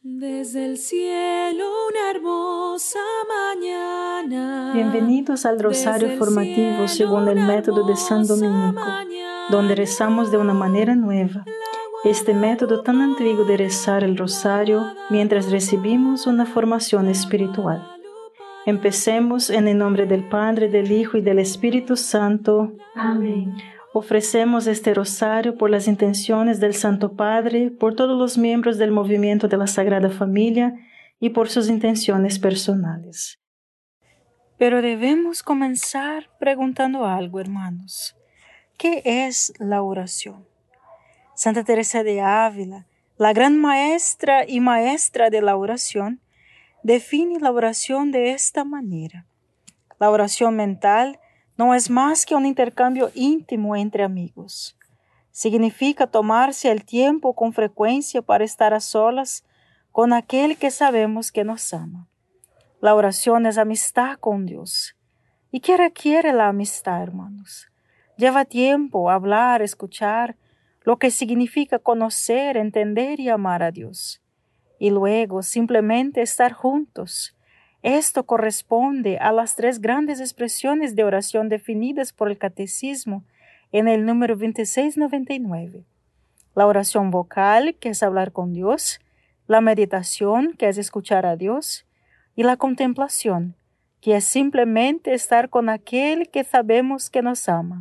Desde el cielo una hermosa mañana. Bienvenidos al Rosario Formativo según el método de San Dominico, donde rezamos de una manera nueva. Este método tan antiguo de rezar el Rosario mientras recibimos una formación espiritual. Empecemos en el nombre del Padre, del Hijo y del Espíritu Santo. Amén. Ofrecemos este rosario por las intenciones del Santo Padre, por todos los miembros del movimiento de la Sagrada Familia y por sus intenciones personales. Pero debemos comenzar preguntando algo, hermanos. ¿Qué es la oración? Santa Teresa de Ávila, la gran maestra y maestra de la oración, define la oración de esta manera. La oración mental no es más que un intercambio íntimo entre amigos. Significa tomarse el tiempo con frecuencia para estar a solas con aquel que sabemos que nos ama. La oración es amistad con Dios. ¿Y qué requiere la amistad, hermanos? Lleva tiempo hablar, escuchar, lo que significa conocer, entender y amar a Dios. Y luego simplemente estar juntos. Esto corresponde a las 3 grandes expresiones de oración definidas por el Catecismo en el número 2699. La oración vocal, que es hablar con Dios, la meditación, que es escuchar a Dios, y la contemplación, que es simplemente estar con aquel que sabemos que nos ama.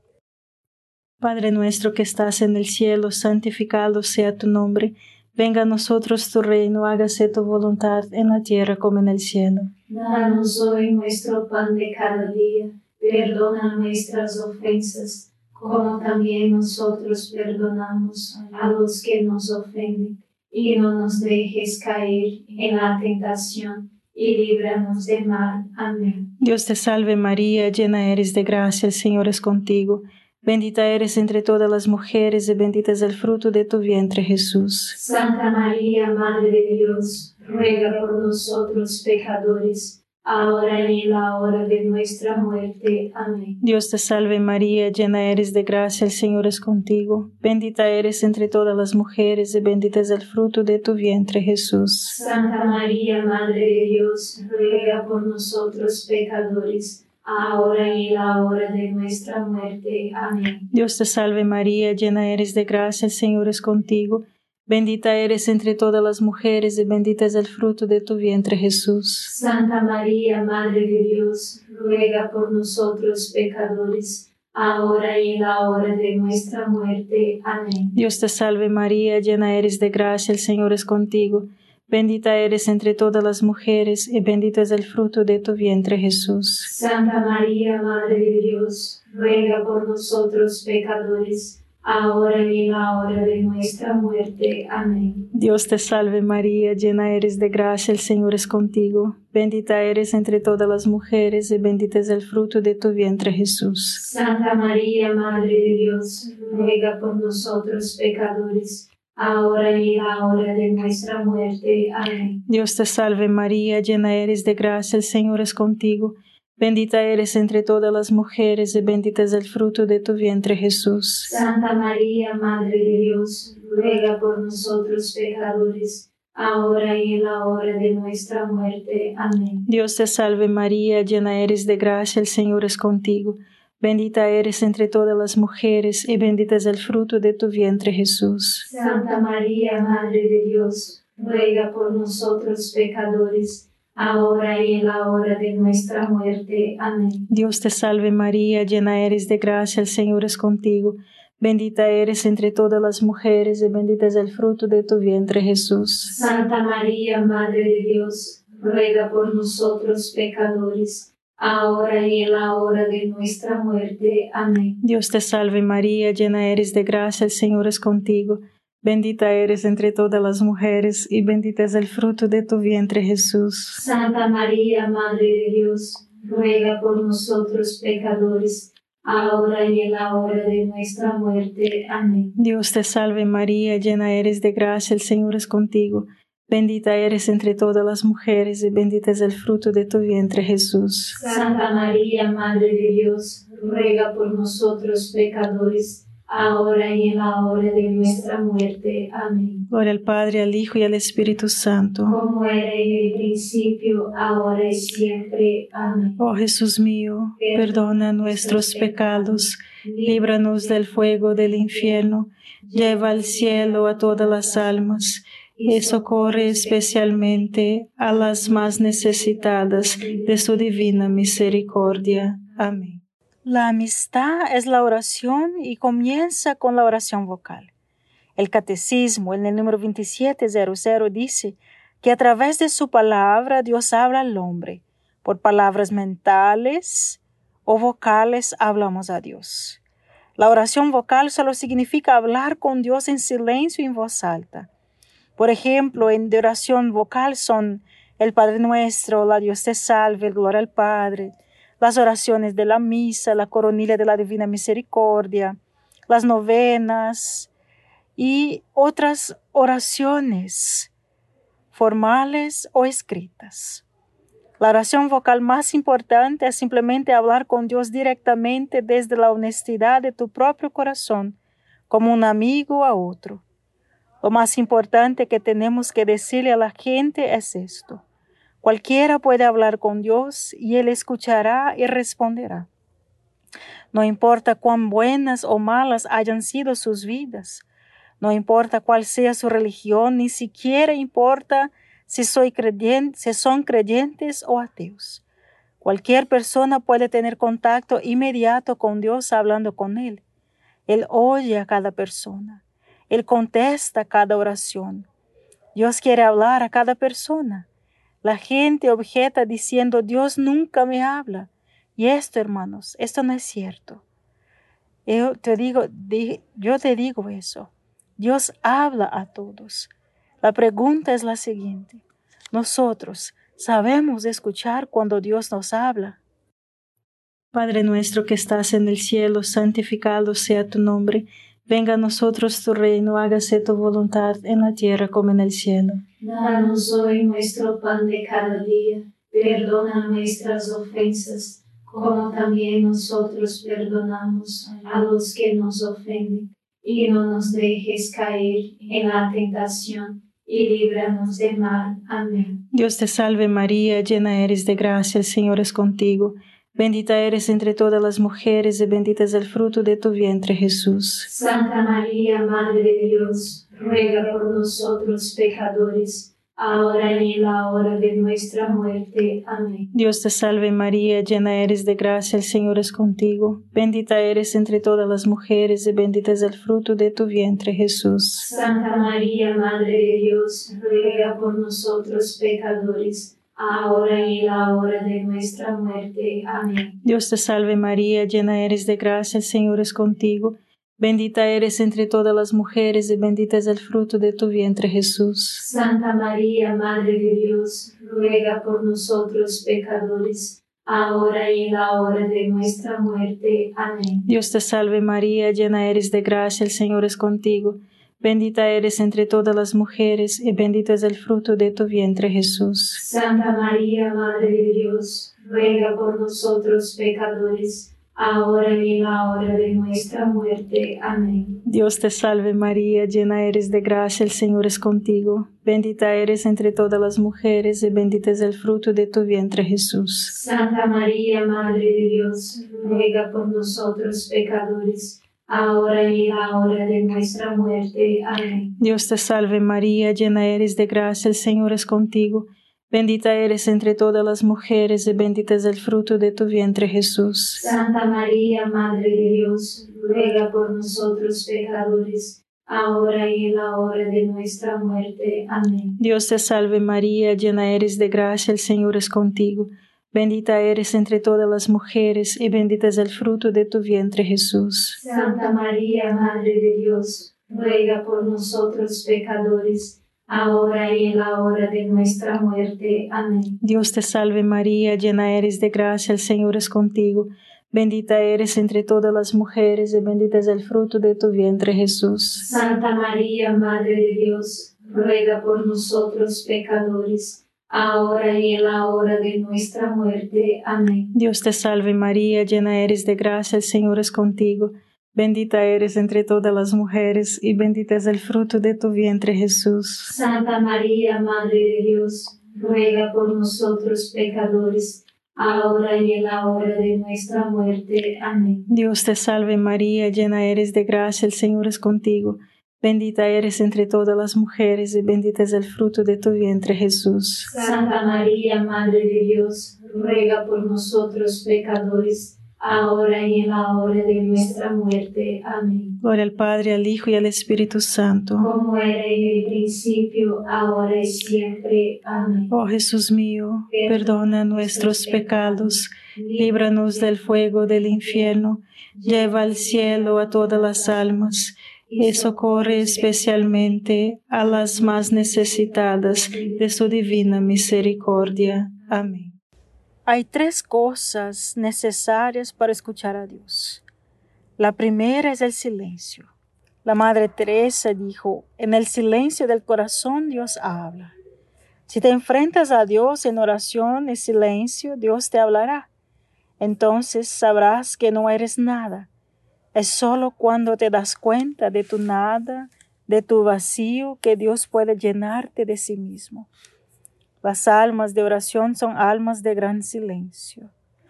Padre nuestro que estás en el cielo, santificado sea tu nombre. Venga a nosotros tu reino, hágase tu voluntad en la tierra como en el cielo. Danos hoy nuestro pan de cada día, perdona nuestras ofensas, como también nosotros perdonamos a los que nos ofenden, y no nos dejes caer en la tentación, y líbranos del mal. Amén. Dios te salve María, llena eres de gracia, el Señor es contigo. Bendita eres entre todas las mujeres y bendito es el fruto de tu vientre, Jesús. Santa María, Madre de Dios, ruega por nosotros pecadores, ahora y en la hora de nuestra muerte. Amén. Dios te salve María, llena eres de gracia, el Señor es contigo. Bendita eres entre todas las mujeres y bendito es el fruto de tu vientre, Jesús. Santa María, Madre de Dios, ruega por nosotros pecadores, ahora y en la hora de nuestra muerte. Amén. Dios te salve María, llena eres de gracia, el Señor es contigo. Bendita eres entre todas las mujeres y bendito es el fruto de tu vientre, Jesús. Santa María, Madre de Dios, ruega por nosotros pecadores, ahora y en la hora de nuestra muerte. Amén. Dios te salve María, llena eres de gracia, el Señor es contigo. Bendita eres entre todas las mujeres y bendito es el fruto de tu vientre, Jesús. Santa María, Madre de Dios, ruega por nosotros pecadores, ahora y en la hora de nuestra muerte. Amén. Dios te salve María, llena eres de gracia, el Señor es contigo. Bendita eres entre todas las mujeres y bendito es el fruto de tu vientre, Jesús. Santa María, Madre de Dios, ruega por nosotros pecadores, ahora y en la hora de nuestra muerte. Amén. Dios te salve María, llena eres de gracia, el Señor es contigo. Bendita eres entre todas las mujeres y bendito es el fruto de tu vientre, Jesús. Santa María, Madre de Dios, ruega por nosotros pecadores, ahora y en la hora de nuestra muerte. Amén. Dios te salve María, llena eres de gracia, el Señor es contigo. Bendita eres entre todas las mujeres y bendito es el fruto de tu vientre, Jesús. Santa María, Madre de Dios, ruega por nosotros pecadores, ahora y en la hora de nuestra muerte. Amén. Dios te salve María, llena eres de gracia, el Señor es contigo. Bendita eres entre todas las mujeres y bendito es el fruto de tu vientre, Jesús. Santa María, Madre de Dios, ruega por nosotros pecadores, ahora y en la hora de nuestra muerte. Amén. Dios te salve María, llena eres de gracia, el Señor es contigo. Bendita eres entre todas las mujeres y bendito es el fruto de tu vientre, Jesús. Santa María, Madre de Dios, ruega por nosotros pecadores, ahora y en la hora de nuestra muerte. Amén. Dios te salve María, llena eres de gracia, el Señor es contigo. Bendita eres entre todas las mujeres y bendito es el fruto de tu vientre, Jesús. Santa María, Madre de Dios, ruega por nosotros pecadores, ahora y en la hora de nuestra muerte. Amén. Gloria al Padre, al Hijo y al Espíritu Santo. como era en el principio, ahora y siempre. Amén. Oh Jesús mío, perdona nuestros pecados, líbranos del fuego del infierno, lleva al cielo a todas las almas y socorre especialmente a las más necesitadas de su divina misericordia. Amén. La amistad es la oración y comienza con la oración vocal. El Catecismo, en el número 2700, dice que a través de su palabra Dios habla al hombre. Por palabras mentales o vocales hablamos a Dios. La oración vocal solo significa hablar con Dios en silencio y en voz alta. Por ejemplo, de oración vocal son el Padre Nuestro, la Dios te salve, el Gloria al Padre, las oraciones de la misa, la coronilla de la Divina Misericordia, las novenas y otras oraciones formales o escritas. La oración vocal más importante es simplemente hablar con Dios directamente desde la honestidad de tu propio corazón, como un amigo a otro. Lo más importante que tenemos que decirle a la gente es esto: cualquiera puede hablar con Dios y Él escuchará y responderá. No importa cuán buenas o malas hayan sido sus vidas, no importa cuál sea su religión, ni siquiera importa si son creyentes o ateos. Cualquier persona puede tener contacto inmediato con Dios hablando con Él. Él oye a cada persona. Él contesta cada oración. Dios quiere hablar a cada persona. La gente objeta diciendo: Dios nunca me habla. Y esto, hermanos, esto no es cierto. Yo te digo eso. Dios habla a todos. La pregunta es la siguiente: ¿nosotros sabemos escuchar cuando Dios nos habla? Padre nuestro que estás en el cielo, santificado sea tu nombre. Venga a nosotros tu reino, hágase tu voluntad en la tierra como en el cielo. Danos hoy nuestro pan de cada día. Perdona nuestras ofensas, como también nosotros perdonamos a los que nos ofenden. Y no nos dejes caer en la tentación, y líbranos del mal. Amén. Dios te salve María, llena eres de gracia, el Señor es contigo. Bendita eres entre todas las mujeres y bendito es el fruto de tu vientre, Jesús. Santa María, Madre de Dios, ruega por nosotros pecadores, ahora y en la hora de nuestra muerte. Amén. Dios te salve María, llena eres de gracia, el Señor es contigo. Bendita eres entre todas las mujeres y bendito es el fruto de tu vientre, Jesús. Santa María, Madre de Dios, ruega por nosotros pecadores, ahora y en la hora de nuestra muerte. Amén. Dios te salve María, llena eres de gracia, el Señor es contigo. Bendita eres entre todas las mujeres y bendito es el fruto de tu vientre, Jesús. Santa María, Madre de Dios, ruega por nosotros pecadores, ahora y en la hora de nuestra muerte. Amén. Dios te salve María, llena eres de gracia, el Señor es contigo. Bendita eres entre todas las mujeres y bendito es el fruto de tu vientre, Jesús. Santa María, Madre de Dios, ruega por nosotros pecadores, ahora y en la hora de nuestra muerte. Amén. Dios te salve María, llena eres de gracia, el Señor es contigo. Bendita eres entre todas las mujeres y bendito es el fruto de tu vientre, Jesús. Santa María, Madre de Dios, ruega por nosotros pecadores, ahora y en la hora de nuestra muerte. Amén. Dios te salve María, llena eres de gracia, el Señor es contigo. Bendita eres entre todas las mujeres y bendito es el fruto de tu vientre, Jesús. Santa María, Madre de Dios, ruega por nosotros pecadores, ahora y en la hora de nuestra muerte. Amén. Dios te salve María, llena eres de gracia, el Señor es contigo. Bendita eres entre todas las mujeres y bendito es el fruto de tu vientre, Jesús. Santa María, Madre de Dios, ruega por nosotros pecadores, ahora y en la hora de nuestra muerte. Amén. Dios te salve María, llena eres de gracia, el Señor es contigo. Bendita eres entre todas las mujeres y bendito es el fruto de tu vientre, Jesús. Santa María, Madre de Dios, ruega por nosotros pecadores, ahora y en la hora de nuestra muerte. Amén. Dios te salve María, llena eres de gracia, el Señor es contigo. Bendita eres entre todas las mujeres, y bendito es el fruto de tu vientre, Jesús. Santa María, Madre de Dios, ruega por nosotros pecadores, ahora y en la hora de nuestra muerte. Amén. Dios te salve María, llena eres de gracia, el Señor es contigo. Bendita eres entre todas las mujeres, y bendito es el fruto de tu vientre, Jesús. Santa María, Madre de Dios, ruega por nosotros pecadores, ahora y en la hora de nuestra muerte. Amén. Gloria al Padre, al Hijo y al Espíritu Santo. Como era en el principio, ahora y siempre. Amén. Oh Jesús mío, perdona nuestros pecados, líbranos del fuego del infierno, lleva al cielo a todas las almas, y socorre especialmente a las más necesitadas de su divina misericordia. Amén. Hay 3 cosas necesarias para escuchar a Dios. La primera es el silencio. La Madre Teresa dijo, en el silencio del corazón Dios habla. Si te enfrentas a Dios en oración y silencio, Dios te hablará. Entonces sabrás que no eres nada. Es solo cuando te das cuenta de tu nada, de tu vacío, que Dios puede llenarte de sí mismo. Las almas de oración son almas de gran silencio.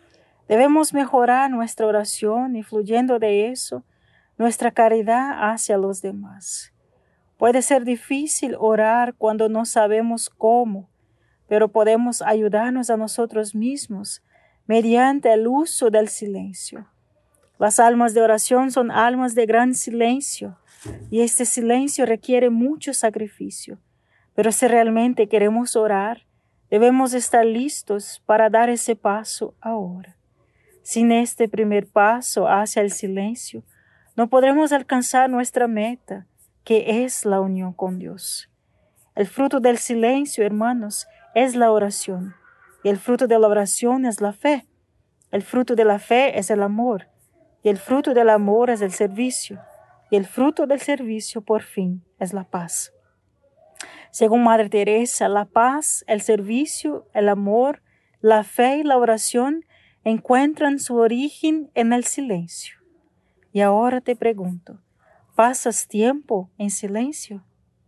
Debemos mejorar nuestra oración y fluyendo de eso, nuestra caridad hacia los demás. Puede ser difícil orar cuando no sabemos cómo, pero podemos ayudarnos a nosotros mismos mediante el uso del silencio. Las almas de oración son almas de gran silencio y este silencio requiere mucho sacrificio. Pero si realmente queremos orar, debemos estar listos para dar ese paso ahora. Sin este primer paso hacia el silencio, no podremos alcanzar nuestra meta, que es la unión con Dios. El fruto del silencio, hermanos, es la oración, y el fruto de la oración es la fe. El fruto de la fe es el amor, y el fruto del amor es el servicio, y el fruto del servicio, por fin, es la paz. Según Madre Teresa, la paz, el servicio, el amor, la fe y la oración encuentran su origen en el silencio. Y ahora te pregunto, ¿pasas tiempo en silencio?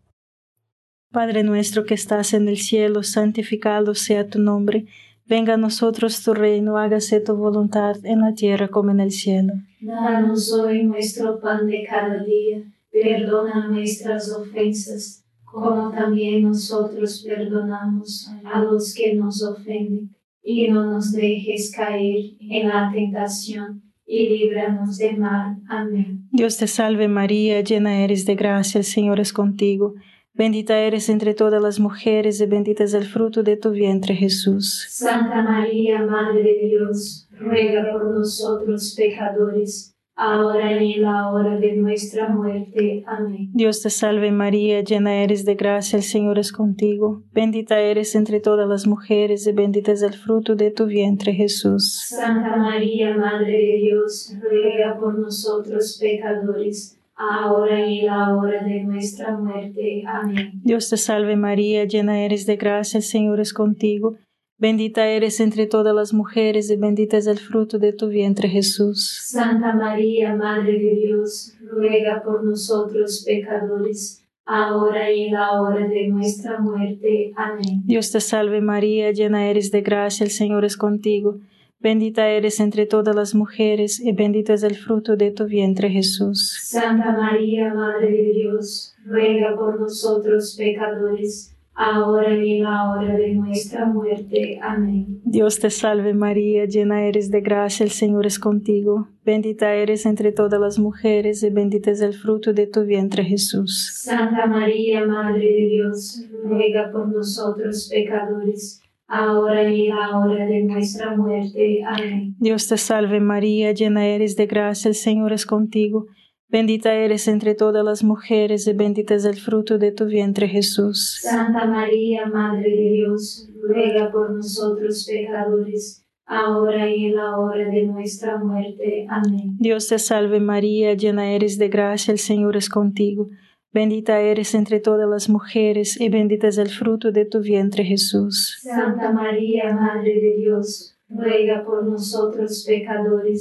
Padre nuestro que estás en el cielo, santificado sea tu nombre. Venga a nosotros tu reino, hágase tu voluntad en la tierra como en el cielo. Danos hoy nuestro pan de cada día, perdona nuestras ofensas, como también nosotros perdonamos a los que nos ofenden. Y no nos dejes caer en la tentación, y líbranos del mal. Amén. Dios te salve María, llena eres de gracia, el Señor es contigo. Bendita eres entre todas las mujeres, y bendito es el fruto de tu vientre, Jesús. Santa María, Madre de Dios, ruega por nosotros pecadores, ahora y en la hora de nuestra muerte. Amén. Dios te salve María, llena eres de gracia, el Señor es contigo. Bendita eres entre todas las mujeres, y bendito es el fruto de tu vientre, Jesús. Santa María, Madre de Dios, ruega por nosotros pecadores, ahora y en la hora de nuestra muerte. Amén. Dios te salve María, llena eres de gracia, el Señor es contigo. Bendita eres entre todas las mujeres, y bendito es el fruto de tu vientre, Jesús. Santa María, Madre de Dios, ruega por nosotros pecadores, ahora y en la hora de nuestra muerte. Amén. Dios te salve María, llena eres de gracia, el Señor es contigo. Bendita eres entre todas las mujeres, y bendito es el fruto de tu vientre, Jesús. Santa María, Madre de Dios, ruega por nosotros pecadores, ahora y en la hora de nuestra muerte. Amén. Dios te salve María, llena eres de gracia, el Señor es contigo. Bendita eres entre todas las mujeres, y bendito es el fruto de tu vientre, Jesús. Santa María, Madre de Dios, ruega por nosotros pecadores, ahora y en la hora de nuestra muerte. Amén. Dios te salve María, llena eres de gracia, el Señor es contigo. Bendita eres entre todas las mujeres, y bendito es el fruto de tu vientre, Jesús. Santa María, Madre de Dios, ruega por nosotros pecadores, ahora y en la hora de nuestra muerte. Amén. Dios te salve María, llena eres de gracia, el Señor es contigo. Bendita eres entre todas las mujeres, y bendito es el fruto de tu vientre, Jesús. Santa María, Madre de Dios, ruega por nosotros pecadores,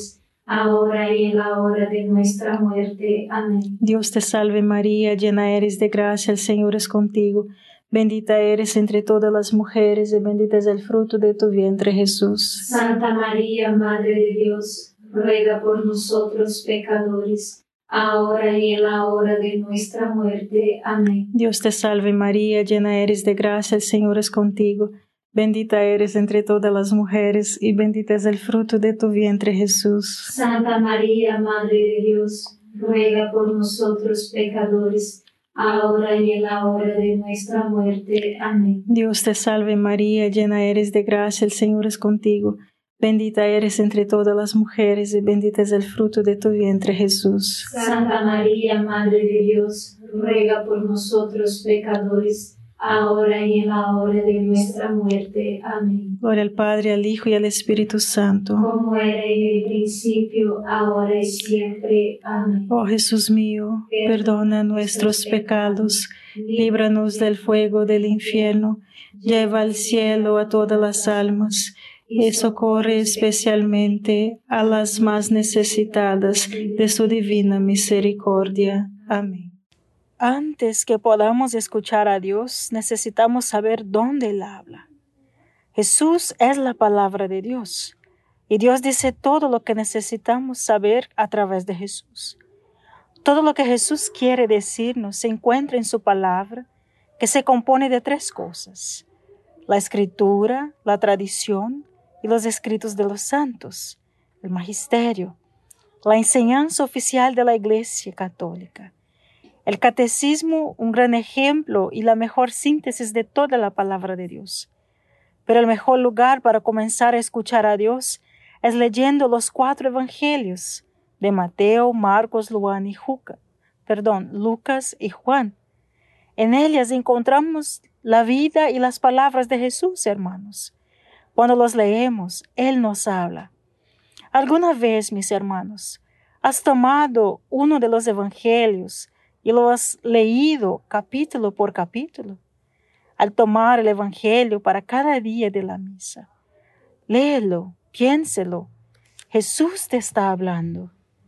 ahora y en la hora de nuestra muerte. Amén. Dios te salve María, llena eres de gracia, el Señor es contigo. Bendita eres entre todas las mujeres y bendito es el fruto de tu vientre, Jesús. Santa María, Madre de Dios, ruega por nosotros pecadores, ahora y en la hora de nuestra muerte. Amén. Dios te salve María, llena eres de gracia, el Señor es contigo. Bendita eres entre todas las mujeres y bendito es el fruto de tu vientre, Jesús. Santa María, Madre de Dios, ruega por nosotros pecadores, ahora y en la hora de nuestra muerte. Amén. Dios te salve María, llena eres de gracia, el Señor es contigo. Bendita eres entre todas las mujeres y bendito es el fruto de tu vientre, Jesús. Santa María, Madre de Dios, ruega por nosotros pecadores, ahora y en la hora de nuestra muerte. Amén. Gloria al Padre, al Hijo y al Espíritu Santo. Como era en el principio, ahora y siempre. Amén. Oh Jesús mío, perdona nuestros pecados, líbranos del fuego del infierno, lleva al cielo a todas las almas y socorre especialmente a las más necesitadas de su divina misericordia. Amén. Antes que podamos escuchar a Dios, necesitamos saber dónde Él habla. Jesús es la palabra de Dios y Dios dice todo lo que necesitamos saber a través de Jesús. Todo lo que Jesús quiere decirnos se encuentra en su palabra, que se compone de 3 cosas: la escritura, la tradición y los escritos de los santos, el magisterio, la enseñanza oficial de la Iglesia Católica. El catecismo, un gran ejemplo y la mejor síntesis de toda la palabra de Dios. Pero el mejor lugar para comenzar a escuchar a Dios es leyendo los 4 evangelios de Mateo, Marcos, Lucas y Juan. En ellas encontramos la vida y las palabras de Jesús, hermanos. Cuando los leemos, Él nos habla. ¿Alguna vez, mis hermanos, has tomado uno de los evangelios y lo has leído capítulo por capítulo? Al tomar el evangelio para cada día de la misa, léelo, piénselo. Jesús te está hablando.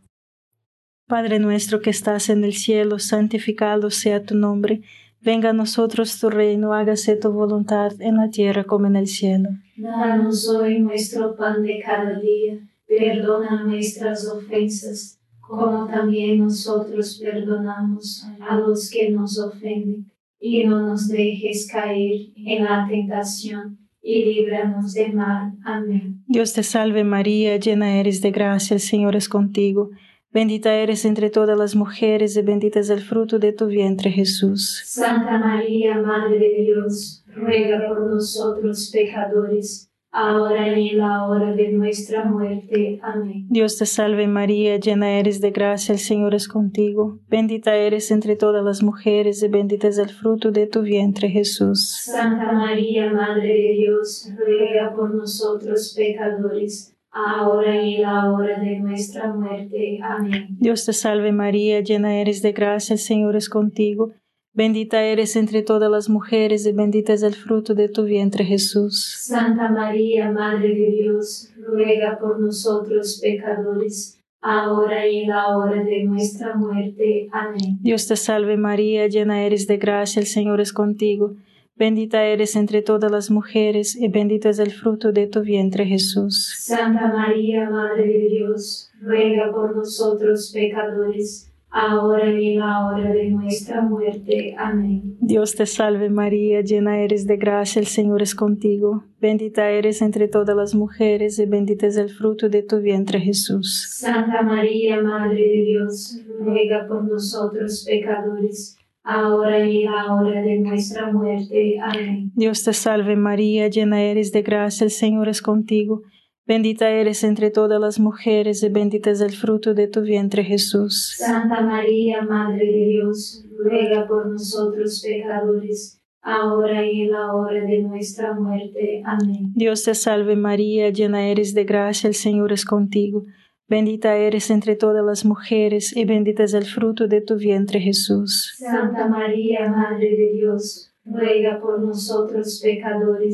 Padre nuestro que estás en el cielo, santificado sea tu nombre. Venga a nosotros tu reino, hágase tu voluntad en la tierra como en el cielo. Danos hoy nuestro pan de cada día, perdona nuestras ofensas, como también nosotros perdonamos a los que nos ofenden. Y no nos dejes caer en la tentación, y líbranos del mal. Amén. Dios te salve María, llena eres de gracia, el Señor es contigo. Bendita eres entre todas las mujeres y bendito es el fruto de tu vientre, Jesús. Santa María, Madre de Dios, ruega por nosotros pecadores, ahora y en la hora de nuestra muerte. Amén. Dios te salve María, llena eres de gracia, el Señor es contigo. Bendita eres entre todas las mujeres y bendito es el fruto de tu vientre, Jesús. Santa María, Madre de Dios, ruega por nosotros pecadores, ahora y en la hora de nuestra muerte. Amén. Dios te salve María, llena eres de gracia, el Señor es contigo. Bendita eres entre todas las mujeres y bendito es el fruto de tu vientre, Jesús. Santa María, Madre de Dios, ruega por nosotros pecadores, ahora y en la hora de nuestra muerte. Amén. Dios te salve María, llena eres de gracia, el Señor es contigo. Bendita eres entre todas las mujeres y bendito es el fruto de tu vientre, Jesús. Santa María, Madre de Dios, ruega por nosotros pecadores, ahora y en la hora de nuestra muerte. Amén. Dios te salve María, llena eres de gracia, el Señor es contigo. Bendita eres entre todas las mujeres y bendito es el fruto de tu vientre, Jesús. Santa María, Madre de Dios, ruega por nosotros pecadores, ahora y en la hora de nuestra muerte. Amén. Dios te salve María, llena eres de gracia, el Señor es contigo. Bendita eres entre todas las mujeres y bendito es el fruto de tu vientre, Jesús. Santa María, Madre de Dios, ruega por nosotros pecadores, ahora y en la hora de nuestra muerte. Amén. Dios te salve María, llena eres de gracia, el Señor es contigo. Bendita eres entre todas las mujeres y bendito es el fruto de tu vientre, Jesús. Santa María, Madre de Dios, ruega por nosotros pecadores,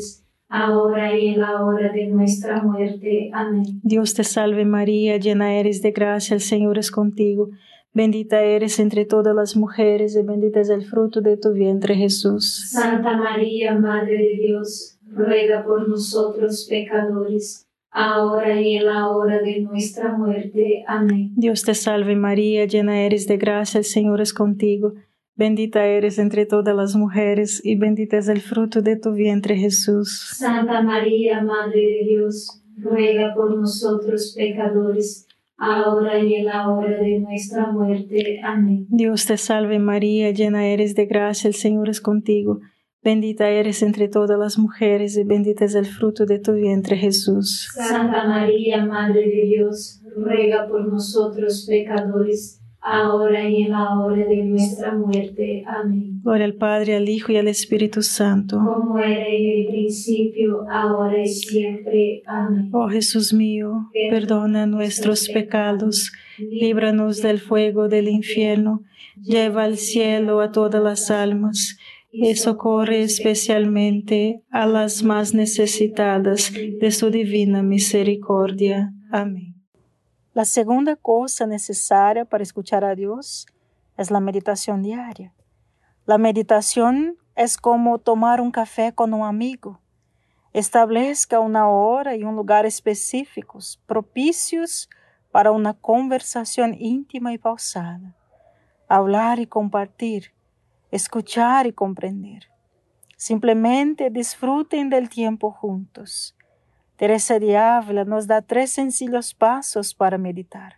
ahora y en la hora de nuestra muerte. Amén. Dios te salve María, llena eres de gracia, el Señor es contigo. Bendita eres entre todas las mujeres y bendito es el fruto de tu vientre, Jesús. Santa María, Madre de Dios, ruega por nosotros pecadores, ahora y en la hora de nuestra muerte. Amén. Dios te salve María, llena eres de gracia, el Señor es contigo. Bendita eres entre todas las mujeres y bendito es el fruto de tu vientre, Jesús. Santa María, Madre de Dios, ruega por nosotros pecadores, ahora y en la hora de nuestra muerte. Amén. Dios te salve María, llena eres de gracia, el Señor es contigo. Bendita eres entre todas las mujeres y bendito es el fruto de tu vientre, Jesús. Santa María, Madre de Dios, ruega por nosotros pecadores, ahora y en la hora de nuestra muerte. Amén. Gloria al Padre, al Hijo y al Espíritu Santo. Como era en el principio, ahora y siempre. Amén. Oh Jesús mío, perdona nuestros pecados, líbranos del fuego del infierno, lleva al cielo a todas las almas y socorre especialmente a las más necesitadas de su divina misericordia. Amén. La segunda cosa necesaria para escuchar a Dios es la meditación diaria. La meditación es como tomar un café con un amigo. Establezca una hora y un lugar específicos, propicios para una conversación íntima y pausada. Hablar y compartir, escuchar y comprender. Simplemente disfruten del tiempo juntos. Teresa de Ávila nos da 3 sencillos pasos para meditar.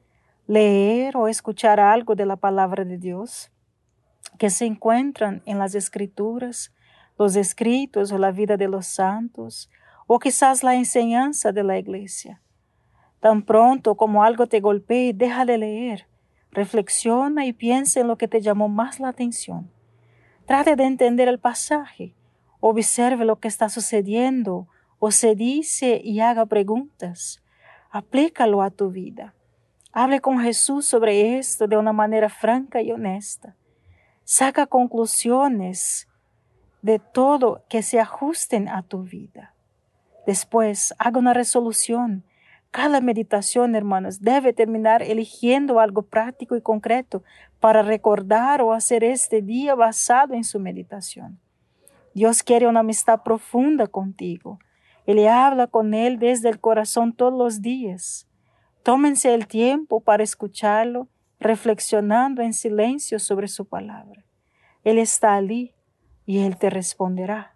Leer o escuchar algo de la palabra de Dios que se encuentran en las Escrituras, los escritos o la vida de los santos, o quizás la enseñanza de la iglesia. Tan pronto como algo te golpee, deja de leer, reflexiona y piensa en lo que te llamó más la atención. Trate de entender el pasaje, observe lo que está sucediendo, o se dice y haga preguntas. Aplícalo a tu vida. Hable con Jesús sobre esto de una manera franca y honesta. Saca conclusiones de todo que se ajusten a tu vida. Después, haga una resolución. Cada meditación, hermanos, debe terminar eligiendo algo práctico y concreto para recordar o hacer este día basado en su meditación. Dios quiere una amistad profunda contigo. Él habla con Él desde el corazón todos los días. Tómense el tiempo para escucharlo, reflexionando en silencio sobre su palabra. Él está allí y Él te responderá.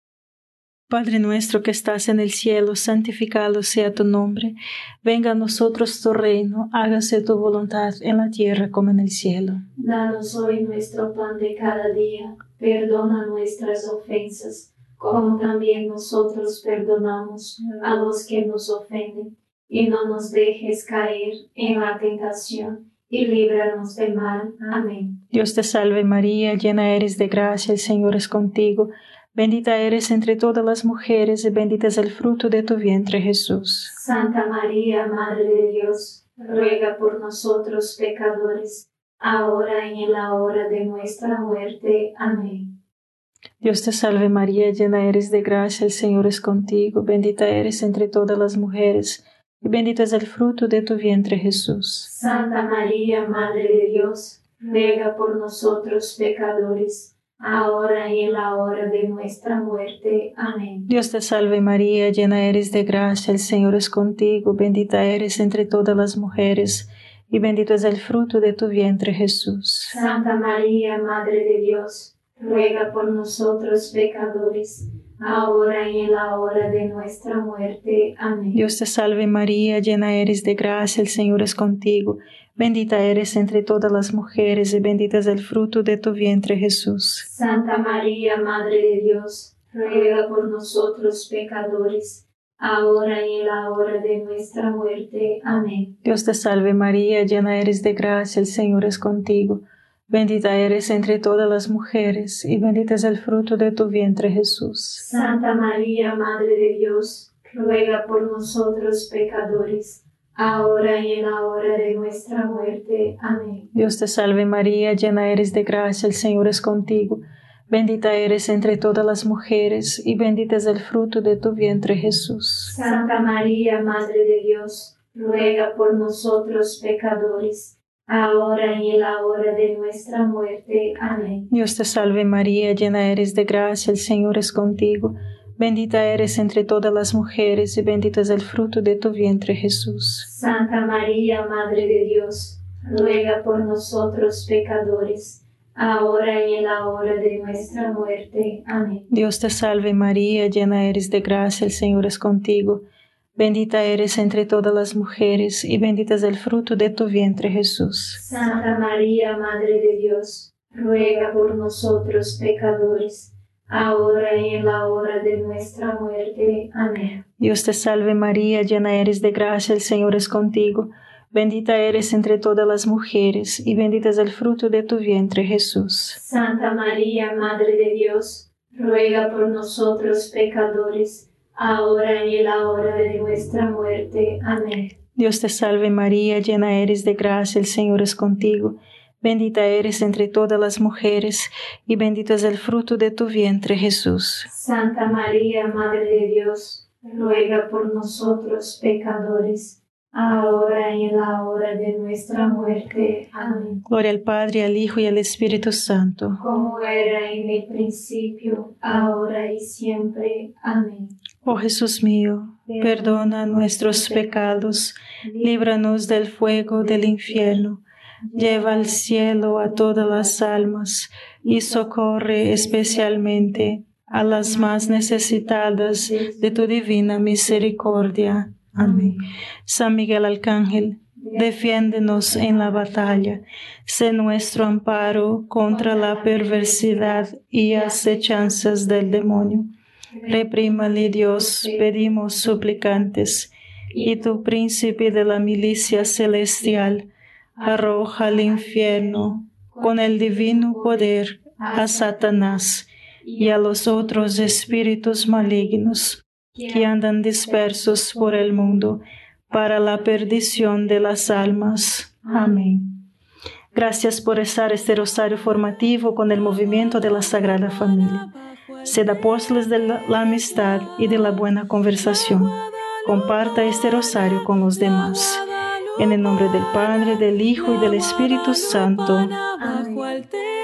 Padre nuestro que estás en el cielo, santificado sea tu nombre. Venga a nosotros tu reino, hágase tu voluntad en la tierra como en el cielo. Danos hoy nuestro pan de cada día, perdona nuestras ofensas, como también nosotros perdonamos a los que nos ofenden, y no nos dejes caer en la tentación, y líbranos del mal. Amén. Dios te salve María, llena eres de gracia, el Señor es contigo. Bendita eres entre todas las mujeres y bendito es el fruto de tu vientre, Jesús. Santa María, Madre de Dios, ruega por nosotros pecadores, ahora y en la hora de nuestra muerte. Amén. Dios te salve María, llena eres de gracia, el Señor es contigo. Bendita eres entre todas las mujeres y bendito es el fruto de tu vientre, Jesús. Santa María, Madre de Dios, ruega por nosotros pecadores, ahora y en la hora de nuestra muerte. Amén. Dios te salve María, llena eres de gracia, el Señor es contigo, bendita eres entre todas las mujeres, y bendito es el fruto de tu vientre, Jesús. Santa María, Madre de Dios, ruega por nosotros pecadores, ahora y en la hora de nuestra muerte. Amén. Dios te salve María, llena eres de gracia, el Señor es contigo, bendita eres entre todas las mujeres y bendito es el fruto de tu vientre, Jesús. Santa María, Madre de Dios, ruega por nosotros pecadores, ahora y en la hora de nuestra muerte. Amén. Dios te salve María, llena eres de gracia, el Señor es contigo, bendita eres entre todas las mujeres y bendito es el fruto de tu vientre, Jesús. Santa María, Madre de Dios, ruega por nosotros pecadores, ahora y en la hora de nuestra muerte. Amén. Dios te salve María, llena eres de gracia, el Señor es contigo, Bendita eres entre todas las mujeres, y bendito es el fruto de tu vientre, Jesús. Santa María, Madre de Dios, ruega por nosotros pecadores, ahora y en la hora de nuestra muerte. Amén. Dios te salve María, llena eres de gracia, el Señor es contigo. Bendita eres entre todas las mujeres, y bendito es el fruto de tu vientre, Jesús. Santa María, Madre de Dios, ruega por nosotros pecadores, ahora y en la hora de nuestra muerte. Amén. Dios te salve María, llena eres de gracia, el Señor es contigo. Bendita eres entre todas las mujeres, y bendito es el fruto de tu vientre, Jesús. Santa María, Madre de Dios, ruega por nosotros pecadores, ahora y en la hora de nuestra muerte. Amén. Dios te salve María, llena eres de gracia, el Señor es contigo. Bendita eres entre todas las mujeres, y bendito es el fruto de tu vientre, Jesús. Santa María, Madre de Dios, ruega por nosotros pecadores, ahora y en la hora de nuestra muerte. Amén. Dios te salve María, llena eres de gracia, el Señor es contigo. Bendita eres entre todas las mujeres, y bendito es el fruto de tu vientre, Jesús. Santa María, Madre de Dios, ruega por nosotros pecadores, ahora y en la hora de nuestra muerte. Amén. Gloria al Padre, al Hijo y al Espíritu Santo. Como era en el principio, ahora y siempre. Amén. Oh Jesús mío, perdona nuestros pecados, líbranos del fuego del infierno, lleva al cielo a todas las almas y socorre especialmente a las más necesitadas de tu divina misericordia. Amén. San Miguel Arcángel, defiéndenos en la batalla, sé nuestro amparo contra la perversidad y acechanzas del demonio. Reprímale Dios, pedimos suplicantes, y tu príncipe de la milicia celestial, arroja al infierno con el divino poder a Satanás y a los otros espíritus malignos que andan dispersos por el mundo para la perdición de las almas. Amén. Gracias por rezar este rosario formativo con el movimiento de la Sagrada Familia. Sed apóstoles de la amistad y de la buena conversación. Comparta este rosario con los demás. En el nombre del Padre, del Hijo y del Espíritu Santo. Amén.